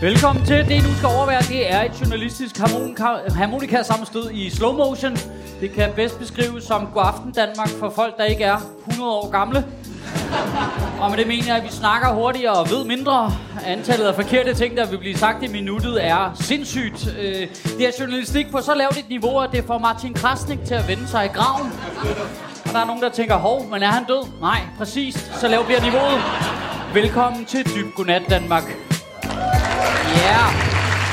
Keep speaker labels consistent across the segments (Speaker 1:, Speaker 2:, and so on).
Speaker 1: Velkommen til. Det, du skal overvære, det er et journalistisk harmonikasammenstød i slow motion. Det kan bedst beskrives som God aften Danmark for folk, der ikke er 100 år gamle. Og med det mener jeg, at vi snakker hurtigere og ved mindre. Antallet af forkerte ting, der vil blive sagt i minuttet, er sindssygt. Det er journalistik på så lavt et niveau, at det får Martin Krasnik til at vende sig i graven. Og der er nogen, der tænker, hov, men er han død? Nej, præcis. Så lavt bliver niveauet. Velkommen til Dyb Godnat Danmark. Ja. Yeah.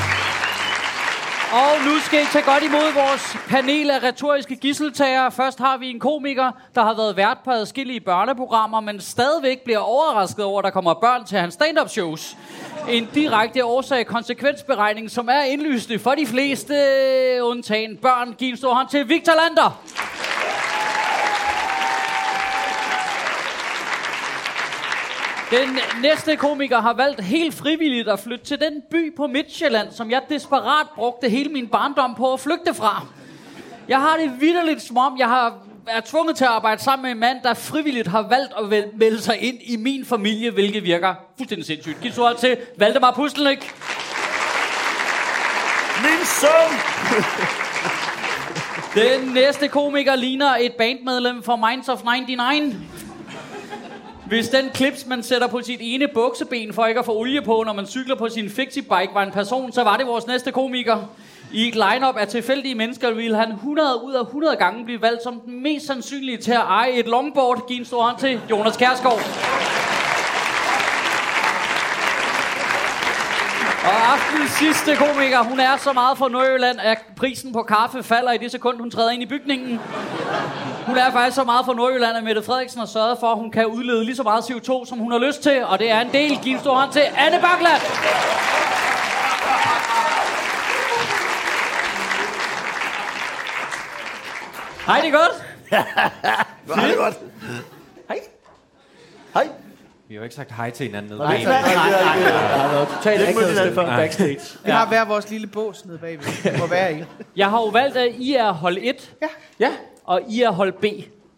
Speaker 1: Og nu skal I tage godt imod vores panel af retoriske gisseltagere. Først har vi en komiker, der har været vært på adskillige børneprogrammer, men stadigvæk bliver overrasket over, at der kommer børn til hans stand-up shows. En direkte årsag-konsekvensberegning, som er indlysende for de fleste, undtagen børn. Giv en stor hånd til Victor Lander. Den næste komiker har valgt helt frivilligt at flytte til den by på Midtjylland, som jeg desperat brugte hele min barndom på at flygte fra. Jeg har det vitterligt som om, jeg er tvunget til at arbejde sammen med en mand, der frivilligt har valgt at melde sig ind i min familie, hvilket virker fuldstændig sindssygt. Giv så til Valdemar Pustelnik.
Speaker 2: Min søn!
Speaker 1: Den næste komiker ligner et bandmedlem fra Minds of 99. Hvis den clips, man sætter på sit ene bukseben for ikke at få olie på, når man cykler på sin fixie-bike, var en person, så var det vores næste komiker. I et line-up af tilfældige mennesker ville han 100 ud af 100 gange blive valgt som den mest sandsynlige til at eje et longboard. Giv en stor hånd til Jonas Kjærsgaard. Og aftenens sidste komiker, hun er så meget fra Nordjylland, at prisen på kaffe falder i det sekund, hun træder ind i bygningen. Hun er faktisk så meget fra Nordjylland, at Mette Frederiksen har sørget for, at hun kan udlede lige så meget CO2, som hun har lyst til. Og det er en del. Giv en stor hånd til Anne Bakland. Hej, det er godt.
Speaker 2: Hej, det er godt.
Speaker 3: Hej.
Speaker 2: Hej.
Speaker 3: Vi har jo ikke sagt hej til hinanden nede
Speaker 2: Nej.
Speaker 3: bagved.
Speaker 2: Totalt akavet
Speaker 3: backstage.
Speaker 4: Vi har hver vores lille bås nede bagved. Det må være i.
Speaker 1: Jeg har jo valgt, at I er hold 1.
Speaker 4: Ja.
Speaker 1: Og I er hold B.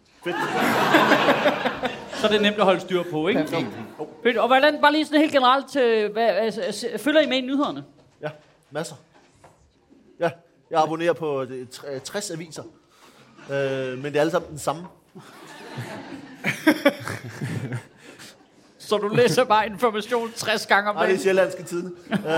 Speaker 1: Så er det nemt at holde styr på, ikke? Fedt. Og hvordan, bare lige sådan helt generelt, følger I med i nyhederne?
Speaker 2: Ja, masser. Ja, jeg abonnerer på 60 aviser. Men det er alle sammen den samme.
Speaker 1: Så du læser bare information 60 gange om
Speaker 2: dagen? Nej, det er Sjællandske Tidende.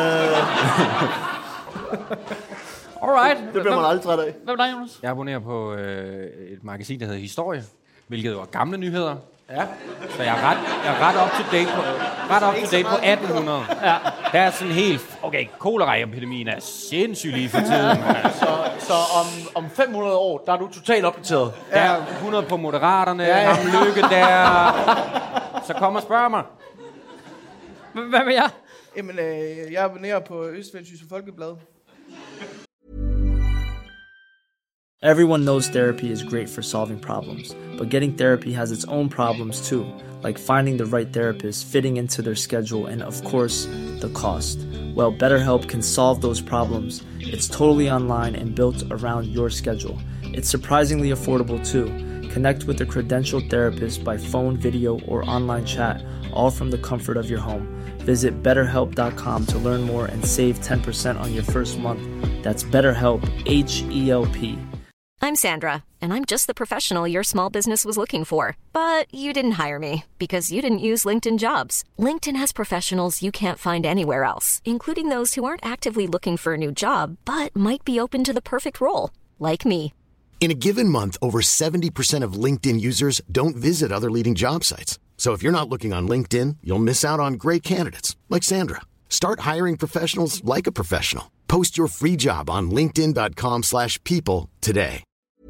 Speaker 1: Alright.
Speaker 2: Det bliver man aldrig træt af.
Speaker 1: Hvem er dig, Jonas?
Speaker 3: Jeg abonnerer på et magasin, der hedder Historie, hvilket jo er gamle nyheder. Ja. Så jeg er ret up to date på 1800. Ja. Der er sådan helt... Okay, koleraepidemien er sindssygt lige for tiden.
Speaker 5: Så om 500 år, der er du totalt opdateret.
Speaker 3: Der er 100 på Moderaterne, ham Lykke der. Så kom og spørg mig.
Speaker 1: Hvad med jer?
Speaker 4: Jamen, jeg abonnerer på Østvendsjyske Folkeblad.
Speaker 6: Everyone knows therapy is great for solving problems, but getting therapy has its own problems too, like finding the right therapist, fitting into their schedule, and of course, the cost. Well, BetterHelp can solve those problems. It's totally online and built around your schedule. It's surprisingly affordable too. Connect with a credentialed therapist by phone, video, or online chat, all from the comfort of your home. Visit BetterHelp.com to learn more and save 10% on your first month. That's BetterHelp, H-E-L-P.
Speaker 7: I'm Sandra, and I'm just the professional your small business was looking for. But you didn't hire me, because you didn't use LinkedIn Jobs. LinkedIn has professionals you can't find anywhere else, including those who aren't actively looking for a new job, but might be open to the perfect role, like me.
Speaker 8: In a given month, over 70% of LinkedIn users don't visit other leading job sites. So if you're not looking on LinkedIn, you'll miss out on great candidates, like Sandra. Start hiring professionals like a professional. Post your free job on linkedin.com/people today.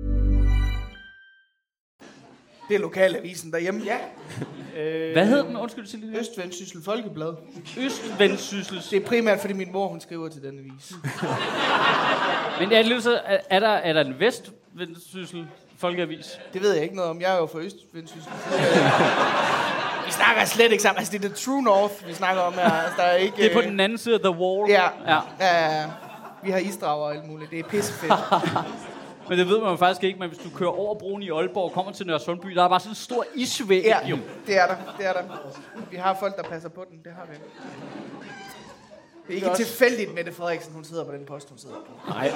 Speaker 4: Det er lokalavisen derhjemme. Ja.
Speaker 1: Hvad hedder den? Undskyld, Silje.
Speaker 4: Østvendsjyske Folkeblad.
Speaker 1: Østvendsjyske.
Speaker 4: Det er primært, fordi min mor, hun skriver til den avis.
Speaker 1: Men er der en Vestvendsyssel folkeavis?
Speaker 4: Det ved jeg ikke noget om. Jeg er jo fra Østvendsjyske. Vi snakker slet ikke sammen. Altså, det er the true north, vi snakker om her. Altså, der er ikke,
Speaker 1: det er på den anden side af the wall.
Speaker 4: Ja. Vi har isdrager og alt muligt. Det er pissefedt.
Speaker 1: Men det ved man jo faktisk ikke, men hvis du kører over broen i Aalborg og kommer til Nørresundby, der er bare sådan en stor isvæg.
Speaker 4: Ja, det er der. Vi har folk, der passer på den. Det har vi. Det er ikke tilfældigt, Mette Frederiksen, hun sidder på den post, hun sidder på.
Speaker 3: Nej.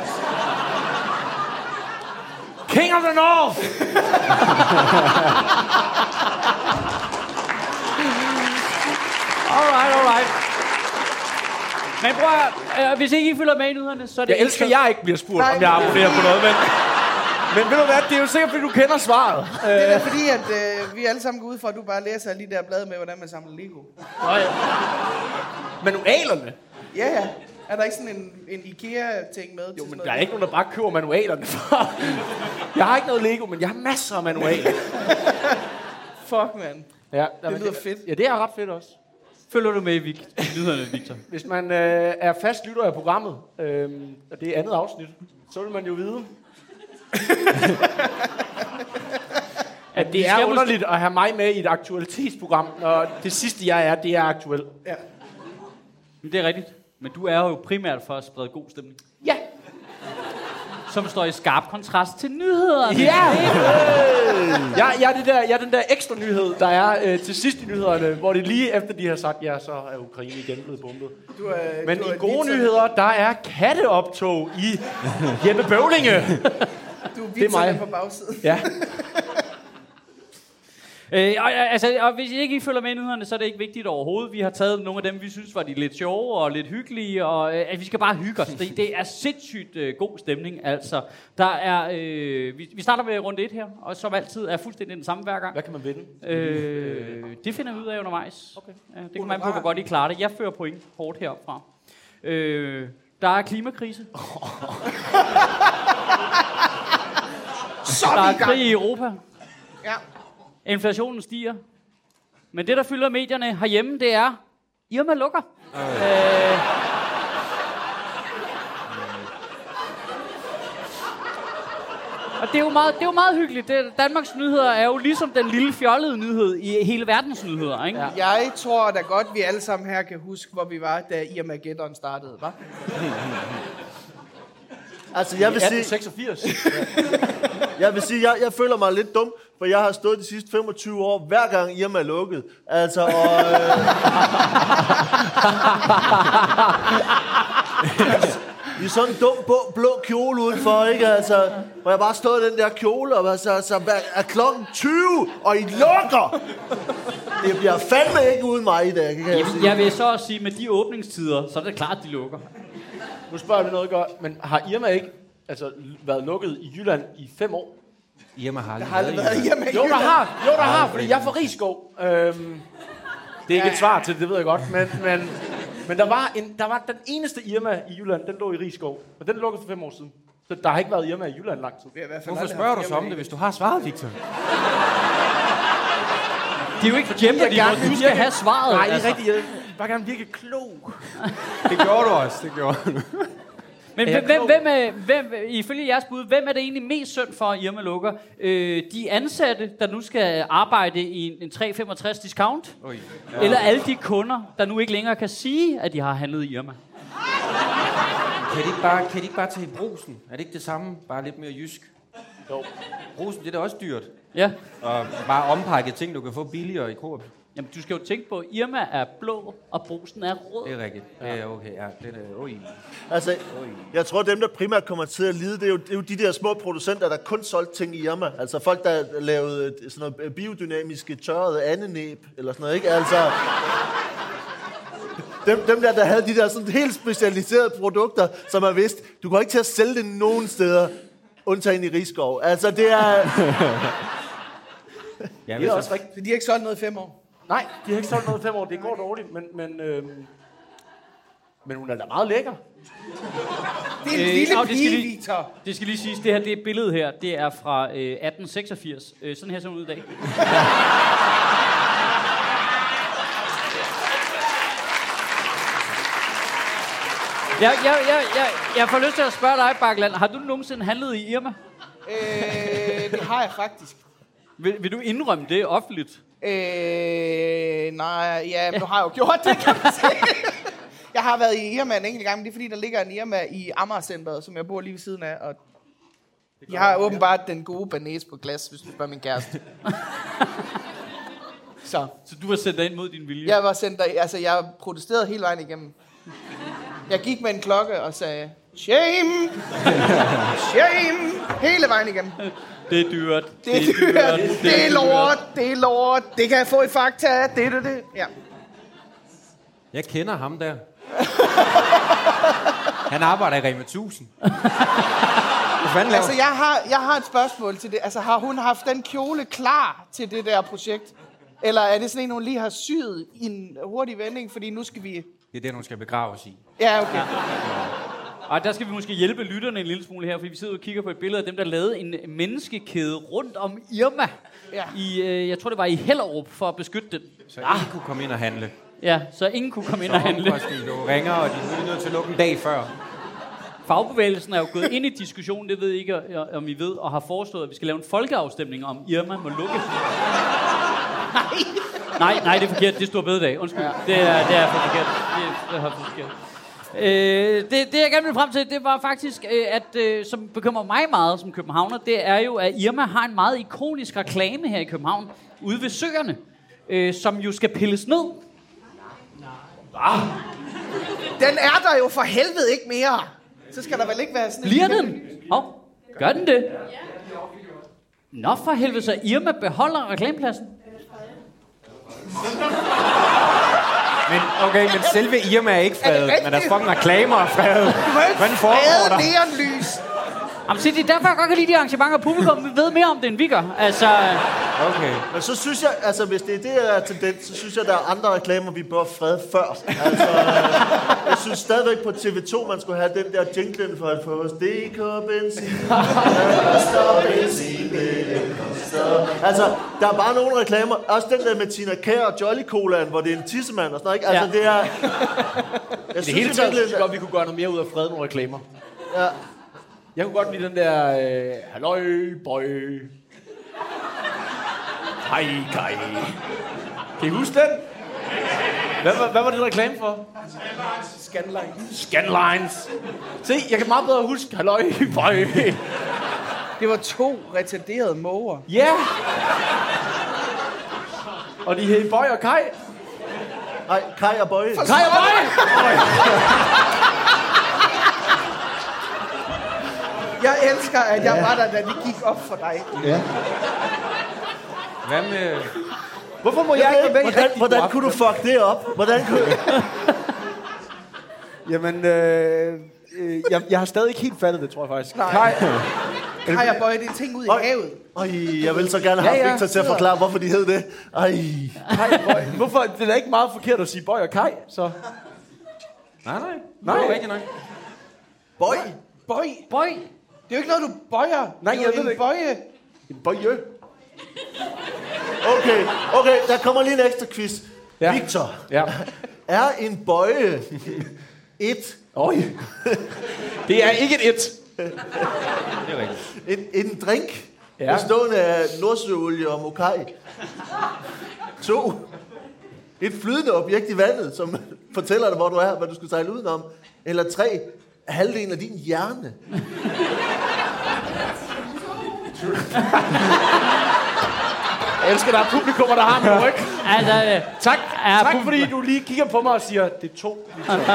Speaker 3: King of the North!
Speaker 1: Alright. Men prøv at, hvis ikke I følger med i nyhederne, så er det...
Speaker 5: Jeg elsker, at jeg ikke bliver spurgt, om jeg abonnerer på noget, men ved du hvad, det er jo sikkert, fordi du kender svaret.
Speaker 4: Det er fordi, at vi alle sammen går ud fra, at du bare læser alle de der blade med, hvordan man samler Lego.
Speaker 5: Manualerne?
Speaker 4: Ja. Er der ikke sådan en IKEA-ting med?
Speaker 5: Jo, men der er ikke nogen, der bare køber manualerne for. Jeg har ikke noget Lego, men jeg har masser af manualer.
Speaker 4: Fuck, man.
Speaker 5: Ja,
Speaker 4: det lyder fedt.
Speaker 5: Ja, det er ret fedt også.
Speaker 1: Følger du med i nyhederne, Victor?
Speaker 5: Hvis man er fast lytter af programmet, og det er andet afsnit, så vil man jo vide, at det er underligt at have mig med i et aktualitetsprogram, og det sidste jeg er, det er aktuelt.
Speaker 4: Ja.
Speaker 1: Men det er rigtigt. Men du er jo primært for at sprede god stemning.
Speaker 5: Ja.
Speaker 1: Som står i skarp kontrast til nyhederne.
Speaker 5: Ja! Jeg er den der ekstra nyhed, der er til sidst i nyhederne, hvor det lige efter de har sagt, ja, så er Ukraine igen blevet bombet. Men i gode nyheder, der er katteoptog i Jeppe Bøvlinge.
Speaker 4: Du er Victor på bagsiden.
Speaker 5: Ja.
Speaker 1: Og hvis I ikke følger med i nyhederne, så er det ikke vigtigt overhovedet. Vi har taget nogle af dem, vi synes var de lidt sjove og lidt hyggelige, og vi skal bare hygge os. Det er sindssygt god stemning, altså. Der er, vi starter med runde 1 her, og som altid er fuldstændig den samme hver gang.
Speaker 5: Hvad kan man vinde?
Speaker 1: Det finder vi ud af undervejs.
Speaker 5: Okay.
Speaker 1: Det kommer an på, hvor godt I klarer det. Jeg fører point hårdt herfra. Der er klimakrise. Der er krig i Europa.
Speaker 4: Ja.
Speaker 1: Inflationen stiger. Men det, der fylder medierne herhjemme, det er, Irma lukker. Og det er jo meget hyggeligt. Danmarks nyheder er jo ligesom den lille fjollede nyhed i hele verdens nyheder, ikke?
Speaker 4: Ja. Jeg tror da godt, vi alle sammen her kan huske, hvor vi var, da Irma-gætteren startede, hva'?
Speaker 2: Altså, jeg vil sige...
Speaker 5: 1886.
Speaker 2: Jeg vil sige, jeg føler mig lidt dum, for jeg har stået de sidste 25 år, hver gang Irma er lukket. Altså, og... I sådan en dum blå kjole udenfor, ikke? Altså, hvor jeg bare stod i den der kjole, og så er klokken 20, og I lukker! Det bliver fandme ikke uden mig i dag, kan jeg sige.
Speaker 1: Jeg vil så også sige, med de åbningstider, så er det klart, de lukker.
Speaker 5: Nu spørger vi noget godt, men har Irma ikke været lukket i Jylland i 5 år?
Speaker 3: Irma har aldrig
Speaker 4: været Irma i
Speaker 5: Jo,
Speaker 4: Jylland.
Speaker 5: der har, fordi jeg er fra Rigskov. Det er ikke et svar til det, ved jeg godt, men der var den eneste Irma i Jylland, den lå i Rigskov, og den lukkede for 5 år siden. Så der har ikke været Irma i Jylland lang tid.
Speaker 3: Hvorfor spørger du så om det, hvis du har svaret, Victor?
Speaker 1: Det er jo ikke Jeopardy, hvor du skal have svaret.
Speaker 5: Nej, det er rigtigt. Jeg vil bare gerne virke klog.
Speaker 3: Det gjorde du også, det gjorde du.
Speaker 1: Men hvem, ifølge jeres bud, hvem er det egentlig mest synd for, at Irma lukker? De ansatte, der nu skal arbejde i en 365 discount? Ja. Eller alle de kunder, der nu ikke længere kan sige, at de har handlet i Irma?
Speaker 3: Kan de ikke bare tage i Brugsen? Er det ikke det samme, bare lidt mere jysk? Jo. Brugsen, det er da også dyrt.
Speaker 1: Ja.
Speaker 3: Og bare ompakket ting, du kan få billigere i Coop.
Speaker 1: Jamen, du skal jo tænke på, at Irma er blå, og Brugsen er rød.
Speaker 3: Det er rigtigt. Ja, okay. Ja, det er
Speaker 2: Altså, jeg tror, dem, der primært kommer til at lide, det er jo de der små producenter, der kun solgte ting i Irma. Altså folk, der lavede sådan noget biodynamiske tørrede andenæb, eller sådan noget, ikke? Altså... Dem der havde de der sådan helt specialiserede produkter, som man vidste, du går ikke til at sælge det nogen steder, undtagen i Rigskov. Altså, det er...
Speaker 5: Ja, det er også rigtigt.
Speaker 4: Så de har ikke solgt noget i 5 år?
Speaker 5: Nej, de har ikke solgt noget i 5 år. Det går dårligt, men hun er da meget lækker.
Speaker 4: Det er en lille pige, Victor.
Speaker 1: Det skal lige siges, det her det billede her, det er fra 1886. Sådan her ser hun ud i dag. Jeg får lyst til at spørge dig, Bakkeland. Har du nogensinde handlet i Irma?
Speaker 4: Det har jeg faktisk.
Speaker 1: Vil du indrømme det offentligt?
Speaker 4: Nej, ja, nu har jeg jo gjort det, kan man sige. Jeg har været i Irma en enkelt gang, men det er fordi, der ligger en Irma i Amagercenteret, som jeg bor lige ved siden af. Og jeg har åbenbart den gode banæs på glas, hvis du spørger min kæreste.
Speaker 1: Så du var sendt ind mod din vilje?
Speaker 4: Jeg var sendt der, altså jeg protesterede hele vejen igennem. Jeg gik med en klokke og sagde, shame, shame, hele vejen igennem.
Speaker 1: Det er dyrt.
Speaker 4: Det er dyrt, det er lort, det kan jeg få i Fakta, det. Ja.
Speaker 3: Jeg kender ham der. Han arbejder i Rema 1000.
Speaker 4: Altså, jeg har et spørgsmål til det. Altså, har hun haft den kjole klar til det der projekt? Eller er det sådan en, hun lige har syet i en hurtig vending, fordi nu skal vi...
Speaker 3: Det er det, hun skal begraves i.
Speaker 4: Ja, okay.
Speaker 1: Og der skal vi måske hjælpe lytterne en lille smule her, fordi vi sidder og kigger på et billede af dem, der lavede en menneskekæde rundt om Irma.
Speaker 4: Ja.
Speaker 1: Jeg tror, det var i Hellerup, for at beskytte den.
Speaker 3: Så ingen kunne komme ind og handle.
Speaker 1: Ja, så ingen kunne komme ind og handle.
Speaker 3: Så du ringer, og de er nødt til at lukke en dag før.
Speaker 1: Fagbevægelsen er jo gået ind i diskussionen, det ved I ikke, om I ved, og har foreslået, at vi skal lave en folkeafstemning om Irma må lukke. Nej, det er forkert. Det er stor bededag. Undskyld. Ja. Det er for forkert. Det er for forkert. Det jeg gerne vil frem til, det var faktisk, som bekymrer mig meget som københavner, det er jo, at Irma har en meget ikonisk reklame her i København, ude ved søerne, som jo skal pilles ned.
Speaker 4: Den er der jo for helvede ikke mere. Så skal der vel ikke være sådan...
Speaker 1: Bliver den? Gør den det? Nå for helvede, så Irma beholder reklamepladsen.
Speaker 3: Men selve Irma er ikke fredet, men der er fucking reklamer og fredet.
Speaker 4: Hvordan foregår der? Neonlys.
Speaker 1: Jamen, se, det er derfor, jeg godt kan lide de arrangementer. Publikum ved mere om det, end vi gør. Altså...
Speaker 3: Okay.
Speaker 2: Men så synes jeg, altså hvis det er det, der er tendens, så synes jeg, der er andre reklamer, vi bør frede før. Altså, jeg synes stadigvæk på TV2, man skulle have den der jinglen for at få os. DK benzin, benzin, altså, der er bare nogle reklamer. Også den der med Tina Kjær og Jolly Colaen, hvor det er en tissemand og sådan noget, ikke? Altså, det er...
Speaker 5: Jeg synes hele taget, synes godt, vi kunne gøre noget mere ud af frede nogle reklamer.
Speaker 2: Ja.
Speaker 5: Jeg kunne godt lide den der... Halløj, boy. Hej, Kai. Kan I huske den? Hvad var det reklame for? Scanlines. Se, jeg kan meget bedre huske. Halløj, boy.
Speaker 4: Det var 2 retarderede måger.
Speaker 5: Ja. Yeah. Og de hed Boy og Kai.
Speaker 2: Nej, Kai og Boy.
Speaker 5: Kai og Boy!
Speaker 4: Jeg elsker, at jeg var der, da det gik op for dig.
Speaker 2: Ja.
Speaker 3: Hvad med...
Speaker 5: Hvorfor må jeg ikke være med?
Speaker 2: Hvordan kunne du fuck det op? Hvordan kunne...
Speaker 5: Jamen, jeg har stadig ikke helt fattet det, tror jeg faktisk.
Speaker 4: Nej. Kai og Boy, det er en ting ud i havet.
Speaker 2: Jeg vil så gerne have Victor til at forklare, hvorfor de hed det.
Speaker 5: Kai og Boy. Hvorfor? Det er ikke meget forkert at sige Boy og Kai, så...
Speaker 3: Nej. Det er ikke nok.
Speaker 4: Boy. Det er jo ikke noget, du bøjer.
Speaker 5: Nej,
Speaker 4: jeg ved ikke.
Speaker 5: En bøje.
Speaker 2: Okay, der kommer lige en ekstra quiz. Ja. Victor, er en bøje et?
Speaker 5: Det er ikke et.
Speaker 3: Det er rigtigt.
Speaker 2: En drink bestående af nordsøolie og mokai. 2. Et flydende objekt i vandet, som fortæller dig, hvor du er, hvad du skal sejle udenom. Eller 3. Halvdelen af din hjerne.
Speaker 5: Jeg elsker, der er publikummer, der har min ryg.
Speaker 1: Altså,
Speaker 5: tak fordi du lige kigger på mig og siger, det er 2.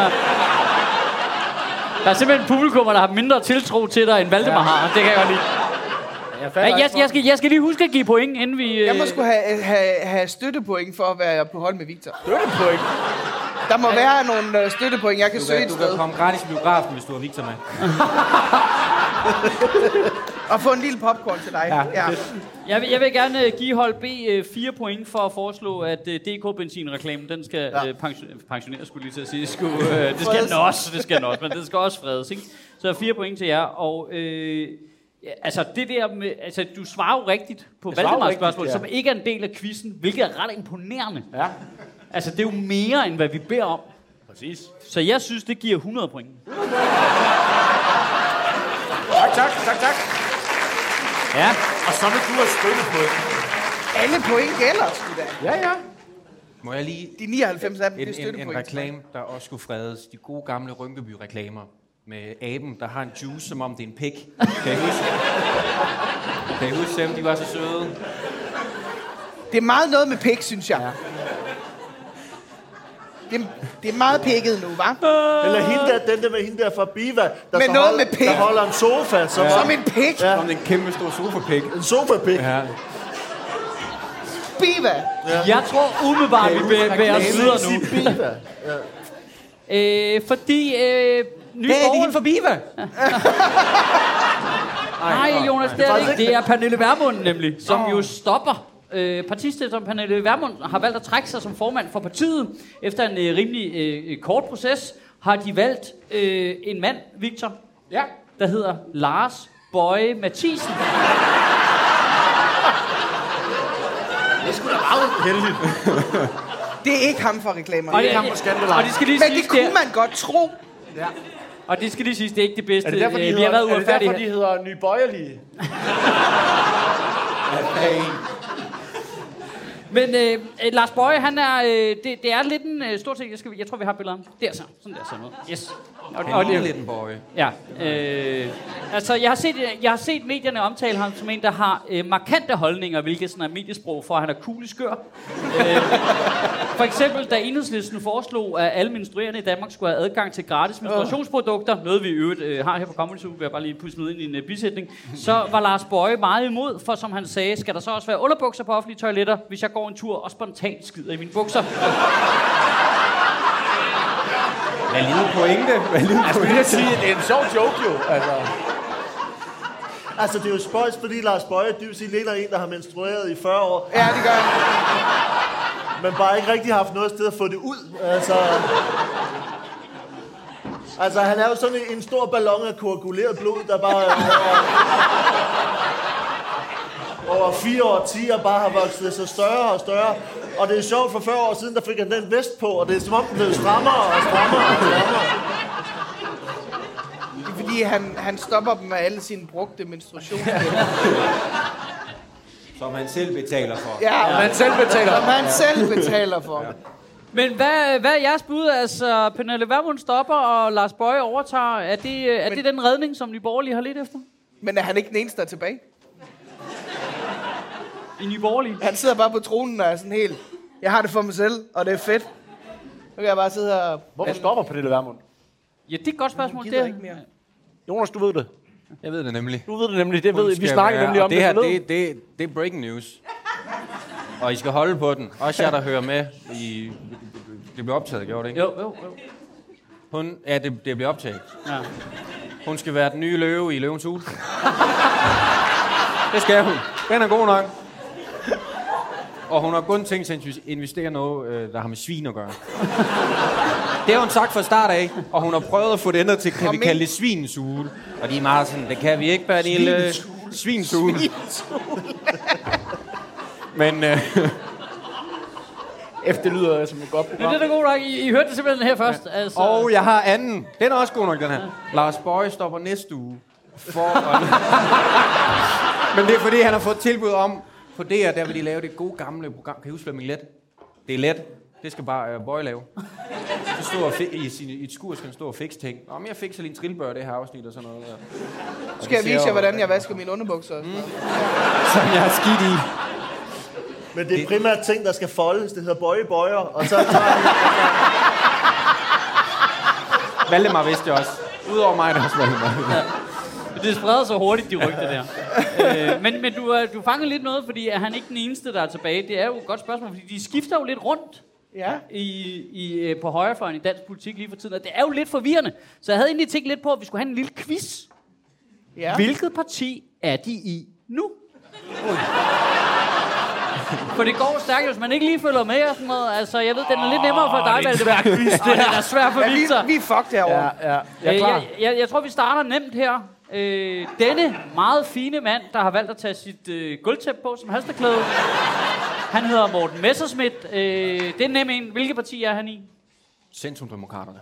Speaker 1: Der er simpelthen publikummer, der har mindre tiltro til dig, end Valdemar har. Det kan jeg godt lide. Jeg skal lige huske at give point, inden vi...
Speaker 4: Jeg må sgu have støttepoint for at være på hold med Victor.
Speaker 5: Støttepoint?
Speaker 4: Der må være nogle støttepoint, jeg kan søge et sted.
Speaker 3: Du kan komme gratis i biografen, hvis du har Victor med.
Speaker 4: Og få en lille popcorn til dig. Ja.
Speaker 1: Jeg vil gerne give hold B 4 point for at foreslå, at DK-benzinreklamen, den skal pensioneres, skulle lige til at sige. Det skal den også, men det skal også fredes, ikke? Så 4 point til jer, og... altså, det der med... Altså, du svarer jo rigtigt på Valdemars spørgsmål, som ikke er en del af quizzen, hvilket er ret imponerende. Ja. Altså, det er jo mere, end hvad vi beder om.
Speaker 5: Præcis.
Speaker 1: Så jeg synes, det giver 100 point.
Speaker 5: Tak.
Speaker 1: Ja.
Speaker 5: Og så vil du have støttepoint.
Speaker 4: Alle point gælder, sgu da.
Speaker 5: Ja.
Speaker 3: Må jeg lige...
Speaker 4: De 99 af dem, det er støttepoint.
Speaker 3: En reklame, der også skulle fredes. De gode gamle Rynkeby-reklamer. Med aben, der har en juice, som om det er en pik. Kan I huske dem? De var så søde.
Speaker 4: Det er meget noget med pik, synes jeg. Ja. Det er meget pikket nu, hva'?
Speaker 2: Eller den der med hende der fra Biva, der,
Speaker 4: med noget med pik.
Speaker 2: Der holder en sofa. Som
Speaker 4: en pik.
Speaker 3: Ja. Som en kæmpe stor sofapik.
Speaker 2: En sofapik.
Speaker 3: Ja.
Speaker 4: Biva.
Speaker 1: Ja. Jeg tror umiddelbart, vi bevæger os videre nu.
Speaker 2: Biva.
Speaker 1: Ja. Fordi...
Speaker 3: Nye det er ikke hende for Biva.
Speaker 1: Nej, Jonas, det er det ikke. Det er Pernille Vermund nemlig, som jo stopper. Partistifter Pernille Vermund har valgt at trække sig som formand for partiet. Efter en rimelig kort proces har de valgt en mand, Victor, der hedder Lars Boje Mathiesen.
Speaker 2: Det er sgu da meget heldigt.
Speaker 4: Det er ikke ham for reklamer.
Speaker 1: Og det er ham for skandalejr.
Speaker 4: Men det kunne man godt tro.
Speaker 1: Ja. Og det skal lige sige, det er ikke det bedste.
Speaker 5: Er det derfor, de hedder Nye Bøjerlige?
Speaker 1: Men Lars Boje, han er... det er lidt en stor ting. Jeg tror, vi har billeder. Der så. Sådan der sådan noget. Yes.
Speaker 3: Og det er lidt en Boje.
Speaker 1: Ja. Altså, jeg har set medierne omtale ham som en, der har markante holdninger, hvilket sådan er mediesprog for, at han er cool i skør. For eksempel, da Enhedslisten foreslog, at alle menstruerende i Danmark skulle have adgang til gratis menstruationsprodukter, noget vi i øvrigt har her på Comedy Zoo, vil jeg bare lige pusse noget ind i en bisætning, så var Lars Boje meget imod, for som han sagde, skal der så også være underbukser på offentlige toiletter, hvis jeg går en tur og spontant skider i mine bukser.
Speaker 3: Valide pointe.
Speaker 5: Det er en sjov joke jo.
Speaker 2: Altså, det er jo spøjs, fordi Lars Boje dybest set ligner en, der har menstrueret i 40 år.
Speaker 4: Ja, det gør han.
Speaker 2: Men bare ikke rigtig haft noget sted at få det ud. Altså, han er jo sådan en stor ballon af koaguleret blod, der bare over 4 årtier bare har vokset så større og større. Og det er sjovt, for 40 år siden, der fik han den vest på, og det er som om, den blev strammere og strammere og strammere.
Speaker 4: Det er fordi, han stopper dem med alle sine brugte menstruationer.
Speaker 3: Som han selv betaler for.
Speaker 4: Ja, man selv betaler for. Ja.
Speaker 1: Men hvad er jeres bud? Altså, Pernille Vermund stopper, og Lars Boje overtager. Er det den redning, som Nye Borgerlige har lidt efter?
Speaker 4: Men er han ikke den eneste, der er tilbage?
Speaker 1: I Nye Borgerlige?
Speaker 4: Han sidder bare på tronen og er sådan helt... Jeg har det for mig selv, og det er fedt. Nu kan jeg bare sidde her...
Speaker 5: Hvorfor stopper Pernille Vermund?
Speaker 1: Ja, det er et godt spørgsmål.
Speaker 4: Det ikke mere.
Speaker 5: Jonas, du ved det.
Speaker 3: Jeg ved det nemlig.
Speaker 5: Du ved det nemlig. Det ved vi snakker nemlig om
Speaker 3: det her. Det er breaking news. Og I skal holde på den. Også jer, der hører med. Det bliver optaget, gjorde det ikke?
Speaker 1: Jo.
Speaker 3: Det bliver optaget.
Speaker 1: Ja.
Speaker 3: Hun skal være den nye løve i Løvens Hule. Det skal hun. Den er god nok. Og hun har kun tænkt sig at investere noget, der har med svin at gøre. Det har hun sagt fra start af, og hun har prøvet at få det ændret til, kan vi kalde det svinshule. Og de er meget sådan, det kan vi ikke, Pernille. Svinshule. Men...
Speaker 5: Efter det lyder som et godt program.
Speaker 1: Men det er da god nok. I hørte det simpelthen her først. Ja. Altså.
Speaker 3: Og jeg har anden. Den er også god nok, den her. Lars Boje stopper næste uge. Men det er fordi, han har fået tilbud om, på DR, der vil de lave det gode gamle program. Kan I huske, hvad let? Det er let. Det skal bare Boje lave. Så står i et skur, skal han stå og fikse ting. Om jeg fikser lige en trillebør, det her afsnit og sådan noget. Ja.
Speaker 4: Og skal jeg vise jer, hvordan jeg vasker mine underbukser?
Speaker 3: Som jeg har skidt i.
Speaker 2: Men det er primært ting, der skal foldes. Det hedder bøjer, og så
Speaker 3: Valdemar vidste det også. Udover mig, der også Valdemar.
Speaker 1: Ja. Det spreder så hurtigt, de rygter der. Men du fanger lidt noget, fordi er han ikke den eneste, der er tilbage? Det er jo et godt spørgsmål, fordi de skifter jo lidt rundt på højrefløjen i dansk politik lige for tiden. Og det er jo lidt forvirrende. Så jeg havde egentlig tænkt lidt på, at vi skulle have en lille quiz. Ja. Hvilket parti er de i nu? For det går stærkt, hvis man ikke lige følger med og sådan noget. Altså, jeg ved, den er lidt nemmere for dig, Valdemar. Det er svært for Victor.
Speaker 4: Vi er fucked herovre.
Speaker 5: Ja. Jeg er klar.
Speaker 1: Jeg tror, vi starter nemt her. Denne meget fine mand, der har valgt at tage sit gulvtæppe på som halsterklæde. Han hedder Morten Messerschmidt. Det er nem en. Hvilket parti er han i?
Speaker 3: Centrumdemokraterne.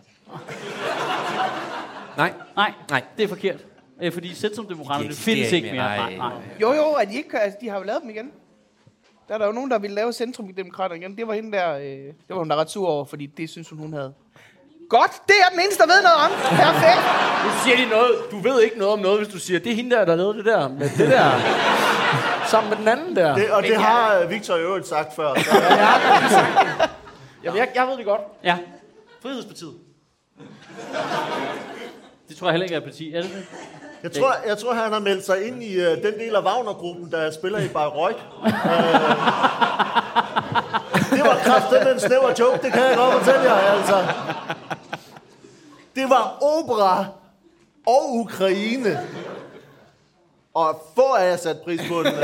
Speaker 3: Nej,
Speaker 1: det er forkert. Fordi Centrumdemokraterne findes ikke mere. Nej.
Speaker 4: Jo, er de ikke? Altså, de har jo lavet dem igen. Der er der jo nogen, der ville lave Centrumdemokraterne igen. Det var hende der, det var hun der ret sur over, fordi det synes hun havde. Godt, det er den eneste, der ved noget om. Perfekt.
Speaker 5: Nu siger de noget. Du ved ikke noget om noget, hvis du siger, det er hende der lavede det der. Med det der. Sammen med den anden der.
Speaker 2: Det har Victor i øvrigt sagt før.
Speaker 5: Jamen, jeg ved det godt.
Speaker 1: Ja.
Speaker 5: Frihedspartiet.
Speaker 1: Det tror jeg heller ikke er parti, er det det?
Speaker 2: Jeg tror, han har meldt sig ind i den del af Wagner-gruppen, der spiller i Bayreuth. Det var kraftigt en snæver joke, det kan jeg godt fortælle jer, altså. Det var opera og Ukraine. Og få af jer sat pris på den.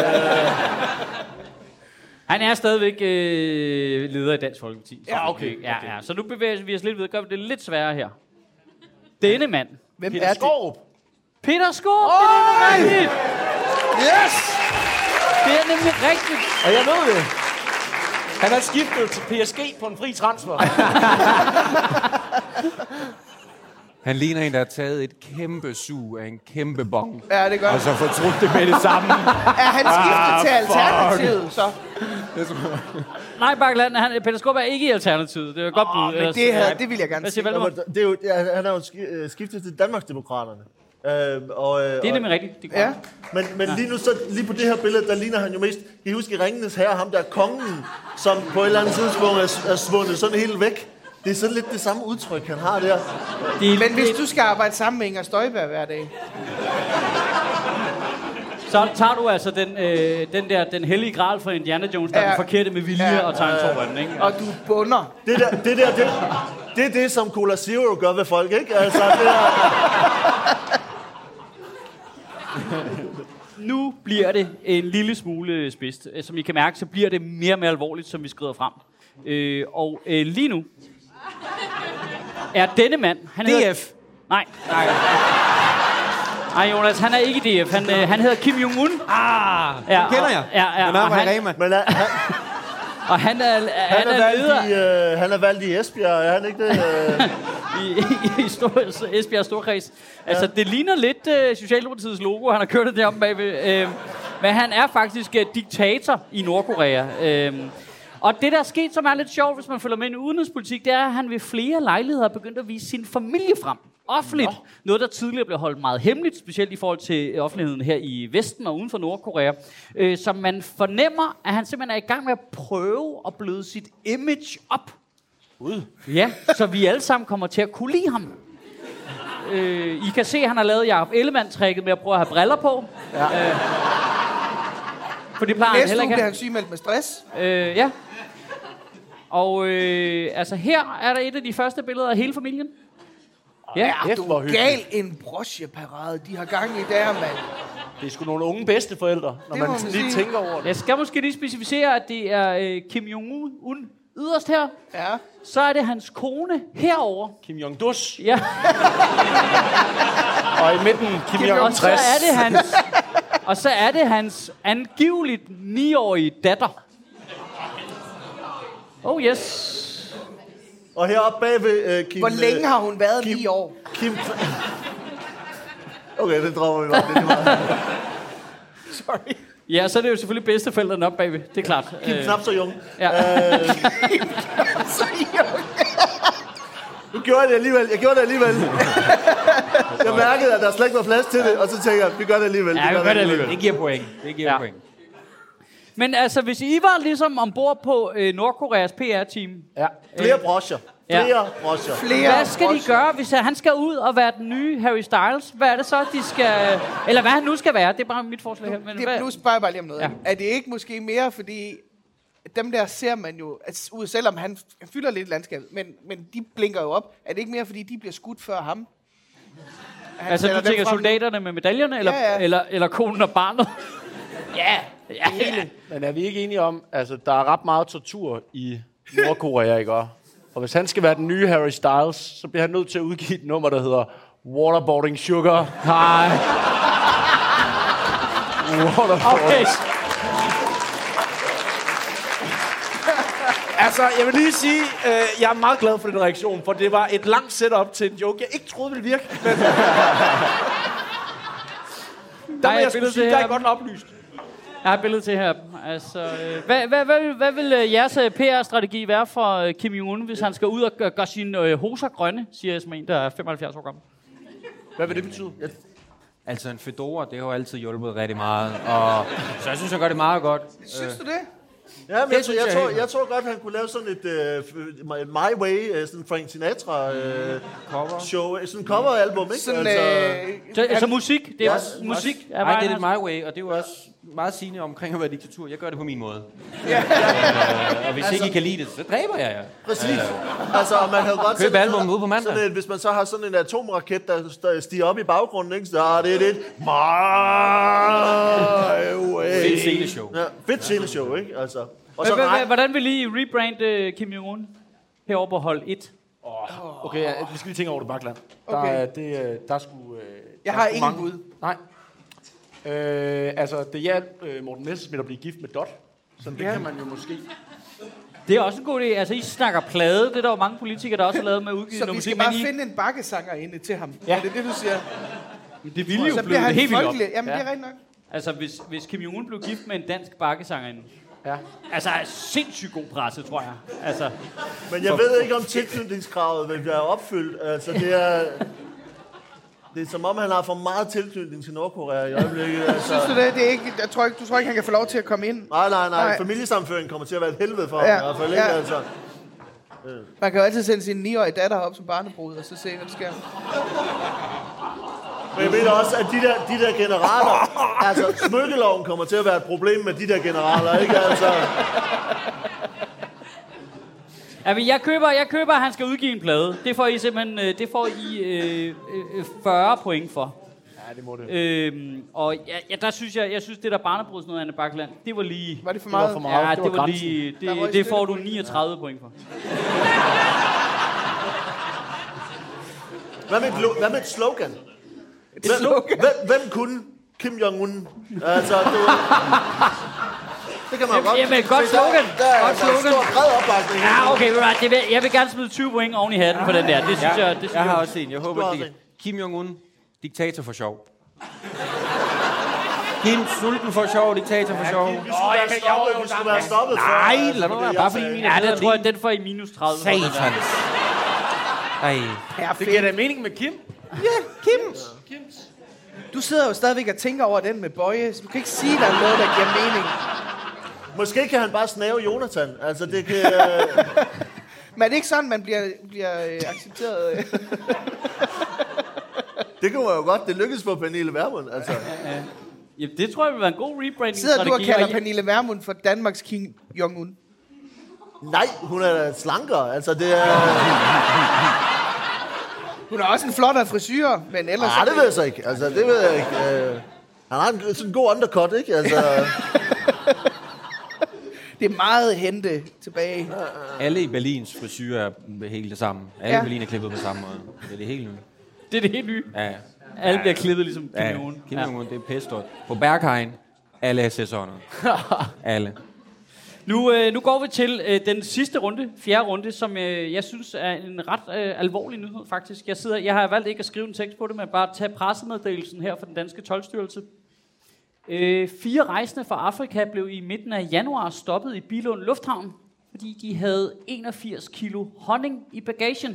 Speaker 1: Han er stadigvæk leder i Dansk Folkeparti.
Speaker 5: Ja, okay.
Speaker 1: Ja. Så nu bevæger vi os lidt ved, gør vi det lidt sværere her. Denne mand.
Speaker 4: Hvem
Speaker 5: Peter
Speaker 4: er
Speaker 5: Skaarup.
Speaker 1: Peter Skaarup, det er nemlig rigtigt.
Speaker 5: Yes!
Speaker 1: Det er nemlig rigtigt.
Speaker 5: Og jeg ved det. Han er skiftet til PSG på en fri transfer.
Speaker 3: Han ligner en, der har taget et kæmpe sug af en kæmpe bong.
Speaker 4: Ja, det gør
Speaker 3: Og så fortrudt det med det samme.
Speaker 4: Er han skiftet til Alternativet, så?
Speaker 1: Nej, Bakkeland, Peter Skaarup er ikke i Alternativet. Det er godt bud.
Speaker 4: Men det vil jeg gerne
Speaker 1: Hvad
Speaker 4: sige.
Speaker 1: siger Valdemar?
Speaker 2: Det er jo, han er jo skiftet til Danmarksdemokraterne.
Speaker 1: Det er nemlig rigtigt. Det er
Speaker 4: Ja.
Speaker 2: Men lige nu, så lige på det her billede, der ligner han jo mest... Kan I huske i Ringenes Herre, ham der kongen, som på et eller andet tidspunkt er svundet sådan helt væk? Det er sådan lidt det samme udtryk, han har der.
Speaker 4: Men hvis du skal arbejde sammen med Inger Støjberg hver dag,
Speaker 1: Så tager du altså den hellige gral fra Indiana Jones, der er den forkerte med vilje og tager en tårvand, ikke?
Speaker 4: og du bunder.
Speaker 2: Det er det, som Cola Zero gør ved folk, ikke? Altså, det er...
Speaker 1: Nu bliver det en lille smule spidst. Som I kan mærke, så bliver det mere og mere alvorligt, som vi skrider frem. Lige nu er denne mand... Han hedder...
Speaker 3: DF.
Speaker 1: Nej, Jonas, han er ikke DF. Han hedder Kim Jong-un.
Speaker 3: Ja, kender jeg.
Speaker 1: Ja,
Speaker 3: Men han var i Rema.
Speaker 2: Men
Speaker 1: og han er leder
Speaker 2: han er valgt i Esbjerg, er han ikke det?
Speaker 1: i Esbjerg Storkreds. Altså, det ligner lidt Socialdemokratiets logo, han har kørt det deroppe bagved. Men han er faktisk diktator i Nordkorea. Og det, der er sket, som er lidt sjovt, hvis man følger med i udenrigspolitik, det er, at han ved flere lejligheder er begyndt at vise sin familie frem. Offentligt. Noget, der tidligere blev holdt meget hemmeligt, specielt i forhold til offentligheden her i Vesten og uden for Nordkorea. Så man fornemmer, at han simpelthen er i gang med at prøve at bløde sit image op. Ja, så vi alle sammen kommer til at kunne lide ham. I kan se, at han har lavet Jacob Ellemann-tricket med at prøve at have briller på. Ja. For det plejer han heller ikke.
Speaker 4: Næste uge bliver han sygemeldt med stress.
Speaker 1: Ja. Og altså her er der et af de første billeder af hele familien. Ja,
Speaker 4: Ja, du er gal en brocheparade, de har gang i der, mand.
Speaker 5: Det er sgu nogle unge bedsteforældre, når
Speaker 4: Det må
Speaker 5: man
Speaker 4: man
Speaker 5: lige
Speaker 4: sige.
Speaker 5: tænker over det.
Speaker 1: jeg skal måske lige specificere, at det er Kim Jong-un yderst her.
Speaker 4: Ja.
Speaker 1: Så er det hans kone herover.
Speaker 5: Kim Jong-dus.
Speaker 1: Ja,
Speaker 5: Og i midten Kim
Speaker 1: og så
Speaker 5: Jong-60.
Speaker 1: er det hans... Og så er det hans angiveligt 9-årige datter. Oh yes.
Speaker 2: Og heroppe bagved Kim...
Speaker 4: Hvor længe har hun været 9 år?
Speaker 2: Kim... Okay, det dropper vi bare. Det er meget.
Speaker 4: Sorry.
Speaker 1: Ja, så er det jo selvfølgelig bedsteforældrene op bagved. Det er klart.
Speaker 2: Kim knap så jung.
Speaker 1: Ja.
Speaker 2: Nu gjorde jeg det alligevel. Jeg gjorde det alligevel. Jeg mærkede, at der slet ikke var plads til det, og så tænker jeg, vi gør det alligevel.
Speaker 1: Ja, vi gør det alligevel.
Speaker 3: Det giver point. Det giver point.
Speaker 1: Men altså, hvis I var ligesom ombord på Nordkoreas PR-team,
Speaker 5: Ja.
Speaker 2: Flere broscher. Flere broscher.
Speaker 1: hvad skal de gøre, hvis han skal ud og være den nye Harry Styles? Hvad er det så, de skal... Eller hvad han nu skal være, det er bare mit forslag her. Men
Speaker 4: Nu spørger jeg bare lige om noget.
Speaker 1: Ja.
Speaker 4: Er det ikke måske mere, fordi dem der ser man jo, altså, selvom han fylder lidt landskabet, men de blinker jo op. Er det ikke mere, fordi de bliver skudt før ham?
Speaker 1: Altså, du tænker soldaterne med medaljerne, eller,
Speaker 4: Ja.
Speaker 1: eller konen og barnet? Ja.
Speaker 5: Men er vi ikke enige om, altså der er ret meget tortur i Nordkorea, ikke? Og hvis han skal være den nye Harry Styles, så bliver han nødt til at udgive et nummer, der hedder Waterboarding Sugar.
Speaker 1: Nej.
Speaker 5: Waterboarding.
Speaker 1: Okay.
Speaker 5: Altså, jeg vil lige sige, jeg er meget glad for den reaktion, for det var et langt setup til en joke, jeg ikke troede ville virke. Men der må jeg skulle sige, der er godt oplyst.
Speaker 1: Jeg har et billede til her. Altså, hvad vil jeres PR-strategi være for Kim Jong-un, hvis han skal ud og gøre sine hoser grønne, siger jeg som en, der er 75 år gammel?
Speaker 5: Hvad vil det betyde?
Speaker 3: Altså en fedora, det har jo altid hjulpet rigtig meget. Og så jeg synes, han gør det meget godt.
Speaker 4: Synes du det?
Speaker 2: Ja, men jeg tror godt, han kunne lave sådan et My Way, sådan Frank Sinatra show, sådan en coveralbum, ikke?
Speaker 4: Sådan,
Speaker 1: Så musik, det er også musik.
Speaker 3: Nej, det er lidt my way, og det er jo også meget sigende omkring at være diktatur. Jeg gør det på min måde. Og hvis ikke I kan lide det, så dræber jeg jer.
Speaker 2: Præcis. Altså, og man kan godt
Speaker 3: købe albummet ude på mandag.
Speaker 2: Sådan hvis man så har sådan en atomraket, der stiger op i baggrunden, ikke? Så er det et my way.
Speaker 3: Fedt sceneshow.
Speaker 2: Ja, fedt sceneshow, ikke? Altså. Og så
Speaker 1: Hvordan vil I rebrande Kim Jong-un herovre på hold 1?
Speaker 5: Okay, vi skal lige tænke over det, Bakland.
Speaker 4: Okay.
Speaker 5: Der er sgu...
Speaker 4: Jeg har ingen bud.
Speaker 5: Nej. Altså, det hjalp Morten Messerschmidt at blive gift med Dot. Så det kan man jo måske...
Speaker 1: Det er også en god idé. Altså, I snakker plade. Det er der jo mange politikere, der også har lavet med udgivet
Speaker 4: så
Speaker 1: noget
Speaker 4: vi skal
Speaker 1: musik.
Speaker 4: bare finde en bakkesanger inde til ham.
Speaker 5: Ja.
Speaker 4: Er det det, du siger?
Speaker 1: Det ville jo
Speaker 4: så
Speaker 1: blive
Speaker 4: bliver han
Speaker 1: helt vildt op.
Speaker 4: folkelig. Jamen, det er rigtigt nok.
Speaker 1: Altså, hvis Kim Jong-un blev gift med en dansk bakkesangerinde.
Speaker 5: Ja.
Speaker 1: Altså, sindssygt god presse, tror jeg. Altså,
Speaker 2: men jeg ved ikke, om tilknytningskravet vil blive opfyldt. Altså, det er som om, han har for meget tilknytning til Nordkorea i øjeblikket. Altså.
Speaker 4: Synes du det? Det er ikke, du tror ikke, han kan få lov til at komme ind?
Speaker 2: Nej. Familiesammenføring kommer til at være et helvede for ham i hvert fald. Ikke? Altså.
Speaker 4: Man kan jo altid sende sin 9-årige datter op som barnebrud, og så se, hvad der sker.
Speaker 2: Men jeg ved også, at de der generaler, altså smykkeloven kommer til at være et problem med de der generaler, ikke? Altså.
Speaker 1: men jeg køber, at han skal udgive en plade. Det får I simpelthen 40 point for.
Speaker 5: Ja, det må det.
Speaker 1: Og der synes jeg synes det der barnebrud, sådan noget, Anne Bakland, det var lige...
Speaker 4: Var det for meget?
Speaker 1: Ja, det var lige... Det får du 39 point for.
Speaker 2: Hvad med et slogan? Hvem kunne Kim Jong-un? Altså, det kan man jo godt.
Speaker 1: Jamen, godt slogan.
Speaker 2: Godt slogan. Stor bred opbakning.
Speaker 1: Ja, okay. Jeg vil gerne smide 20 point oven i hatten for den der. Det synes jeg...
Speaker 3: Jeg har også en. Jeg håber, det Kim Jong-un, diktator for sjov. Kim sulten for sjov, diktator for sjov.
Speaker 2: Vi skulle være stoppet.
Speaker 3: Nej, lad nu være. Bare fordi min
Speaker 1: den tror jeg, den får I minus 30.
Speaker 3: Satans. Ej.
Speaker 5: Det giver da mening med Kim.
Speaker 4: Ja, Kims. Du sidder jo stadigvæk og tænker over den med Bøje, så du kan ikke sige, der er noget, der giver mening.
Speaker 2: Måske kan han bare snave Jonathan. Altså, det kan...
Speaker 4: Men er det ikke sådan, man bliver accepteret?
Speaker 2: Det kunne man jo godt. Det lykkedes for Pernille Vermund, altså.
Speaker 1: Ja, det tror jeg vil være en god rebranding-strategi.
Speaker 4: Sidder du og kalder Pernille Vermund for Danmarks Kim Jong-un?
Speaker 2: Nej, hun er slankere. Altså, det er...
Speaker 4: Hun har også en flottere frisyr, men ellers...
Speaker 2: Nej, det ved jeg så ikke. Altså, det ved jeg ikke. Han har en sådan god undercut, ikke? Altså...
Speaker 4: Det er meget hente tilbage.
Speaker 3: Alle i Berlins frisyrer er helt det samme. Alle i Berlin er klippet på samme måde. Det er det helt nye.
Speaker 1: Det er det helt nye?
Speaker 3: Ja.
Speaker 1: Alle bliver klippet ligesom Kim Jong-un.
Speaker 3: Kim Jong-un, det er pestort. På Berghain, alle er sæsoner. Alle.
Speaker 1: Nu går vi til den sidste runde, fjerde runde, som jeg synes er en ret alvorlig nyhed faktisk. Jeg har valgt ikke at skrive en tekst på det, men bare tage pressemeddelelsen her fra den danske toldstyrelse. 4 rejsende fra Afrika blev i midten af januar stoppet i Billund Lufthavn, fordi de havde 81 kilo honning i bagagen.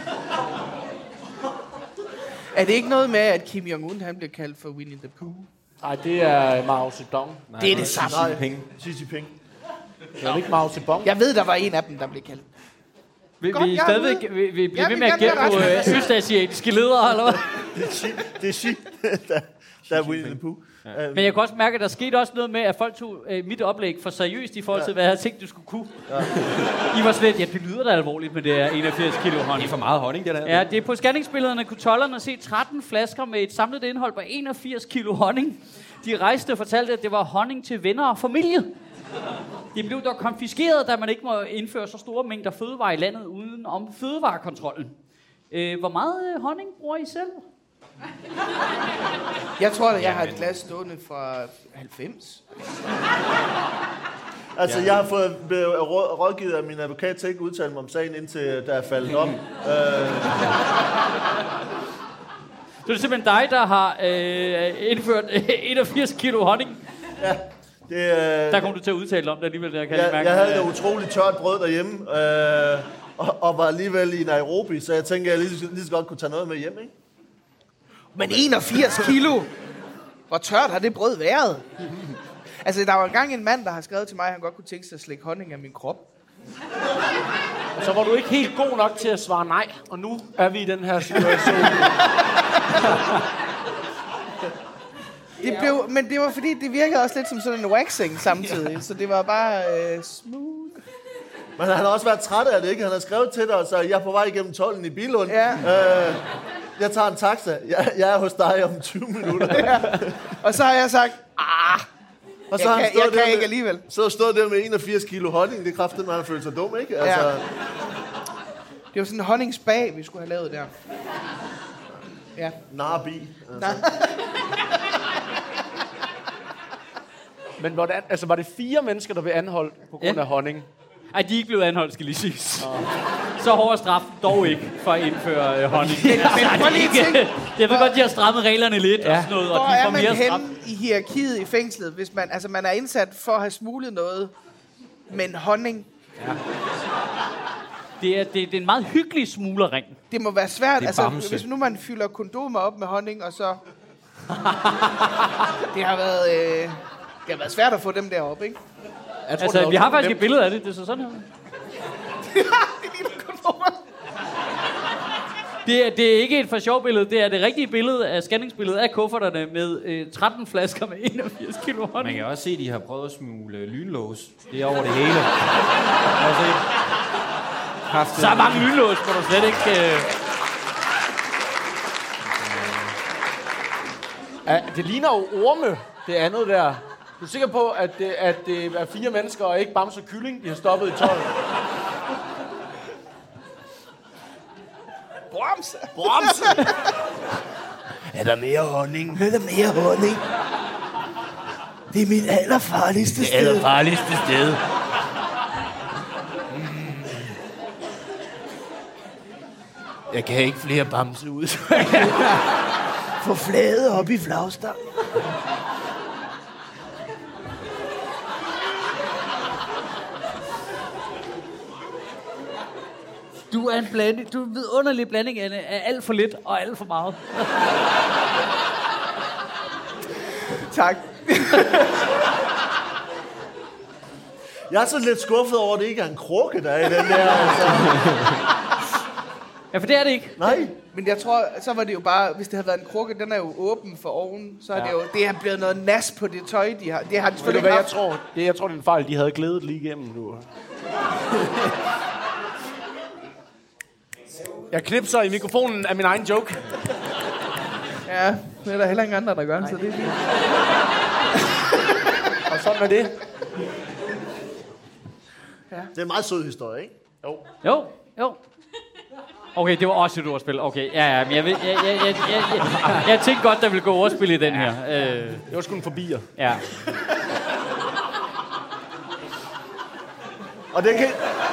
Speaker 4: Er det ikke noget med, at Kim Jong-un han bliver kaldt for Winnie the Pooh?
Speaker 5: Nej, det er Mao Zedong.
Speaker 4: Det er det samme.
Speaker 2: Xi Jinping.
Speaker 5: Det er ikke Mao Zedong.
Speaker 4: Jeg ved, der var en af dem, der blev kaldt.
Speaker 1: Vil stadigvæk blive ved med at gætte på østasiatiske ledere, eller hvad?
Speaker 2: Det er Xi, der er Winnie the Pooh.
Speaker 1: Ja. Men jeg kan også mærke, at der skete også noget med, at folk tog mit oplæg for seriøst i forhold til, hvad jeg havde tænkt, du skulle kunne. Ja. I var slet, det lyder da alvorligt med det her 81 kilo honning.
Speaker 3: Det er for meget honning, det der.
Speaker 1: Ja, det er på scanningsbillederne kunne tolderne se 13 flasker med et samlet indhold på 81 kilo honning. De rejste og fortalte, at det var honning til venner og familie. Det blev dog konfiskeret, da man ikke må indføre så store mængder fødevarer i landet uden om fødevarekontrollen. Hvor meget honning bruger I selv?
Speaker 4: Jeg tror, at jeg har et glas stående fra 90.
Speaker 2: Altså, jeg har fået rådgivet af min advokat til ikke udtale mig om sagen, indtil der er faldet om.
Speaker 1: Så det er simpelthen dig, der har indført 81 kilo honning?
Speaker 2: Ja.
Speaker 1: Der kommer du til at udtale om det alligevel.
Speaker 2: Jeg havde et utroligt tørt brød derhjemme, og var alligevel i Nairobi, så jeg tænkte, at jeg lige så godt kunne tage noget med hjem, ikke?
Speaker 4: Men 81 kilo? Hvor tørt har det brød været? Altså, der var engang en mand, der har skrevet til mig, at han godt kunne tænke sig at slikke honning af min krop.
Speaker 5: Og så var du ikke helt god nok til at svare nej, og nu er vi i den her situation.
Speaker 4: Men det var fordi, det virkede også lidt som sådan en waxing samtidig, så det var bare smooth.
Speaker 2: Men han har også været træt af det, ikke? Han har skrevet til dig og sagt, jeg er på vej igennem tolden i Billund.
Speaker 4: Ja.
Speaker 2: Jeg tager en taxa. Jeg er hos dig om 20 minutter.
Speaker 4: Ja. Og så har jeg sagt,
Speaker 2: og så
Speaker 4: jeg kan ikke alligevel.
Speaker 2: Så har stået der med 81 kilo honning. Det er kraftigt, man har følt sig dum, ikke? Altså...
Speaker 4: Ja. Det var sådan en honningsbag, vi skulle have lavet der. Ja.
Speaker 2: Narbi. Altså.
Speaker 5: Men hvordan, altså, var det 4 mennesker, der blev anholdt på grund af honning?
Speaker 1: Ej, de er ikke blevet anholdt, skal lige siges. Så hård straf dog ikke for at indføre honning.
Speaker 4: Men prøv lige at tænke.
Speaker 1: Jeg ved godt, de har strammet reglerne lidt og sådan noget.
Speaker 4: Hvor
Speaker 1: og de
Speaker 4: er
Speaker 1: får
Speaker 4: man
Speaker 1: mere straf.
Speaker 4: henne i hierarkiet i fængslet, hvis man er indsat for at have smuglet noget med en honning?
Speaker 1: Ja. Det er en meget hyggelig smuglerring.
Speaker 4: Det må være svært, altså, hvis nu man fylder kondomer op med honning, og så... det har været svært at få dem derop, ikke?
Speaker 1: Altså, vi har faktisk et billede af det. Det er så sådan her. Det er ikke et for sjov billede. Det er det rigtige billede af scanningsbilledet af kufferterne med 13 flasker med 81 kilo honning.
Speaker 3: Man kan også se, at de har prøvet at smule lynlås. Det er over det hele. Altså,
Speaker 1: så mange lynlås må du slet ikke...
Speaker 5: Det ligner jo orme, det andet der. Du er sikker på, at det er 4 mennesker og ikke bamse og kylling, de har stoppet i tolden?
Speaker 4: Bromse!
Speaker 2: Er der mere honning? Det er mit allerfarligste sted. Jeg kan ikke flere bamse ud. Få flade op i flagstang.
Speaker 1: Du er en vidunderlig blanding af alt for lidt og alt for meget.
Speaker 4: Tak.
Speaker 2: Jeg er så lidt skuffet over, at det ikke er en krukke, der er i den der. Altså.
Speaker 1: Ja, for det er det ikke.
Speaker 2: Nej.
Speaker 4: Men jeg tror, så var det jo bare, hvis det havde været en krukke, den er jo åben for oven, så er det er blevet noget nas på det tøj, de har. Det har de selvfølgelig
Speaker 5: hvad
Speaker 4: haft.
Speaker 5: jeg tror, det er en fejl, de havde glædet lige igennem nu. Jeg knipser i mikrofonen af min egen joke.
Speaker 4: Ja, det er der heller ingen andre, der gør, så det er fint.
Speaker 5: Og sådan er det.
Speaker 2: Ja. Det er en meget sød historie, ikke?
Speaker 1: Jo. Okay, det var også et ordspil. Okay, ja, men jeg tænkte godt, der ville gå ordspil i den her.
Speaker 5: Det var sgu en forbier.
Speaker 1: Ja.
Speaker 2: Og det kan...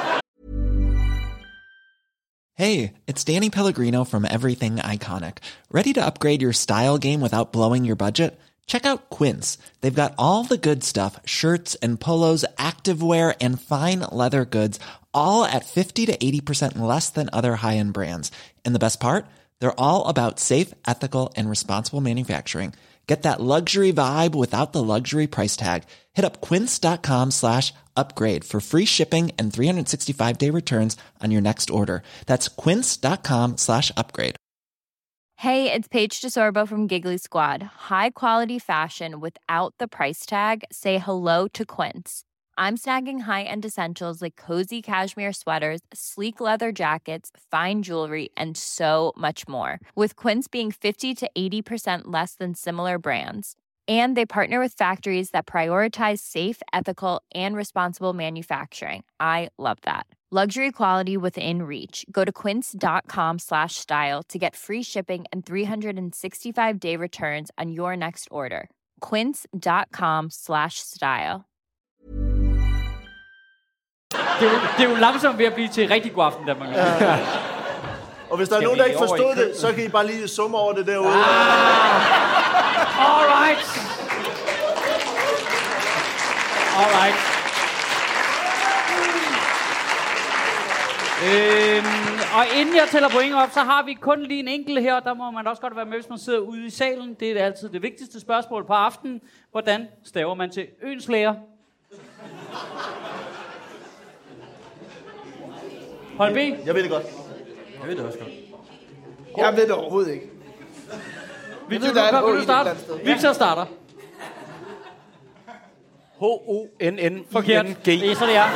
Speaker 9: Hey, it's Danny Pellegrino from Everything Iconic. Ready to upgrade your style game without blowing your budget? Check out Quince. They've got all the good stuff, shirts and polos, activewear, and fine leather goods, all at 50 to 80% less than other high-end brands. And the best part? They're all about safe, ethical, and responsible manufacturing. Get that luxury vibe without the luxury price tag. Hit up quince.com/upgrade for free shipping and 365-day returns on your next order. That's quince.com/upgrade.
Speaker 10: Hey, it's Paige DeSorbo from Giggly Squad. High quality fashion without the price tag. Say hello to Quince. I'm snagging high-end essentials like cozy cashmere sweaters, sleek leather jackets, fine jewelry, and so much more. With Quince being 50 to 80% less than similar brands. And they partner with factories that prioritize safe, ethical, and responsible manufacturing. I love that. Luxury quality within reach. Go to quince.com/style to get free shipping and 365-day returns on your next order. Quince.com/style.
Speaker 1: Det er jo langsomt ved at blive til rigtig god aften, Danmark. Ja.
Speaker 2: Og hvis der er nogen, der ikke forstod det, så kan I bare lige summe over det derude.
Speaker 1: All right. Og inden jeg tæller point op, så har vi kun lige en enkelt her. Der må man også godt være med, hvis man sidder ude i salen. Det er altid det vigtigste spørgsmål på aftenen. Hvordan staver man til Ønslæger? Hold B.
Speaker 2: Jeg ved det godt.
Speaker 3: Jeg ved det også godt.
Speaker 4: Jeg ved det overhovedet ikke.
Speaker 1: Victor, vil du starte? Victor starter.
Speaker 5: H-O-N-N-I-N-G.
Speaker 1: Forkert. Det er så det er.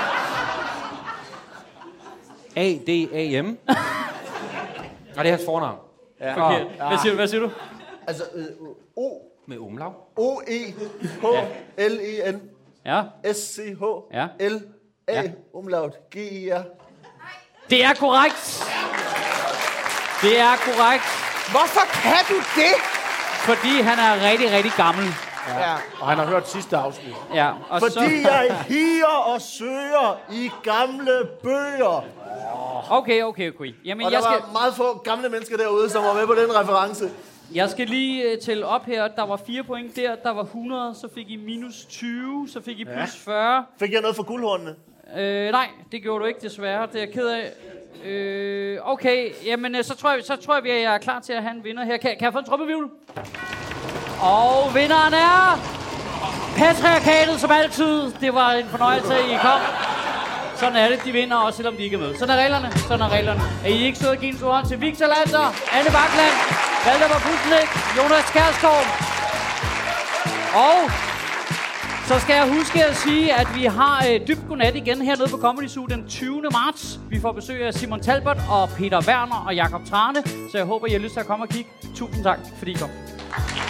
Speaker 3: A-D-A-M. Nej, det er hans fornavn.
Speaker 1: Ja. Forkert. Hvad siger du?
Speaker 2: Altså, O.
Speaker 3: Med umlaug.
Speaker 2: O-E-H-L-E-N.
Speaker 1: Ja.
Speaker 2: S-C-H-L-A. Umlaut. G-E-R.
Speaker 1: Det er korrekt. Det er korrekt.
Speaker 4: Hvorfor kan du det?
Speaker 1: Fordi han er rigtig, rigtig gammel.
Speaker 4: Ja.
Speaker 5: Og han har hørt sidste afsnit.
Speaker 1: Ja, og
Speaker 2: Fordi jeg higer og søger i gamle bøger.
Speaker 1: Okay. Jamen,
Speaker 2: Og der var meget få gamle mennesker derude, som var med på den reference.
Speaker 1: Jeg skal lige tælle op her. Der var 4 point der var 100, så fik I minus 20, så fik I plus 40.
Speaker 2: Fik jeg noget for guldhornene?
Speaker 1: Nej, det gjorde du ikke desværre. Det er jeg ked af. Okay, jamen så tror jeg, vi er klar til at have en vinder her. Kan jeg få en trummevivl? Og vinderen er Patriarkatet, som altid. Det var en fornøjelse, at I kom. Sådan er det, de vinder også, selvom de ikke er med. Sådan er reglerne. Er I ikke søde at give en stor hånd til Victor Lander, Anne Bakland, Valdemar Pusnik, Jonas Kjærsgaard. Og så skal jeg huske at sige, at vi har dybt godnat igen hernede på Comedy Zoo den 20. marts. Vi får besøg af Simon Talbot og Peter Werner og Jakob Trane. Så jeg håber, I har lyst til at komme og kigge. Tusind tak, fordi I kom.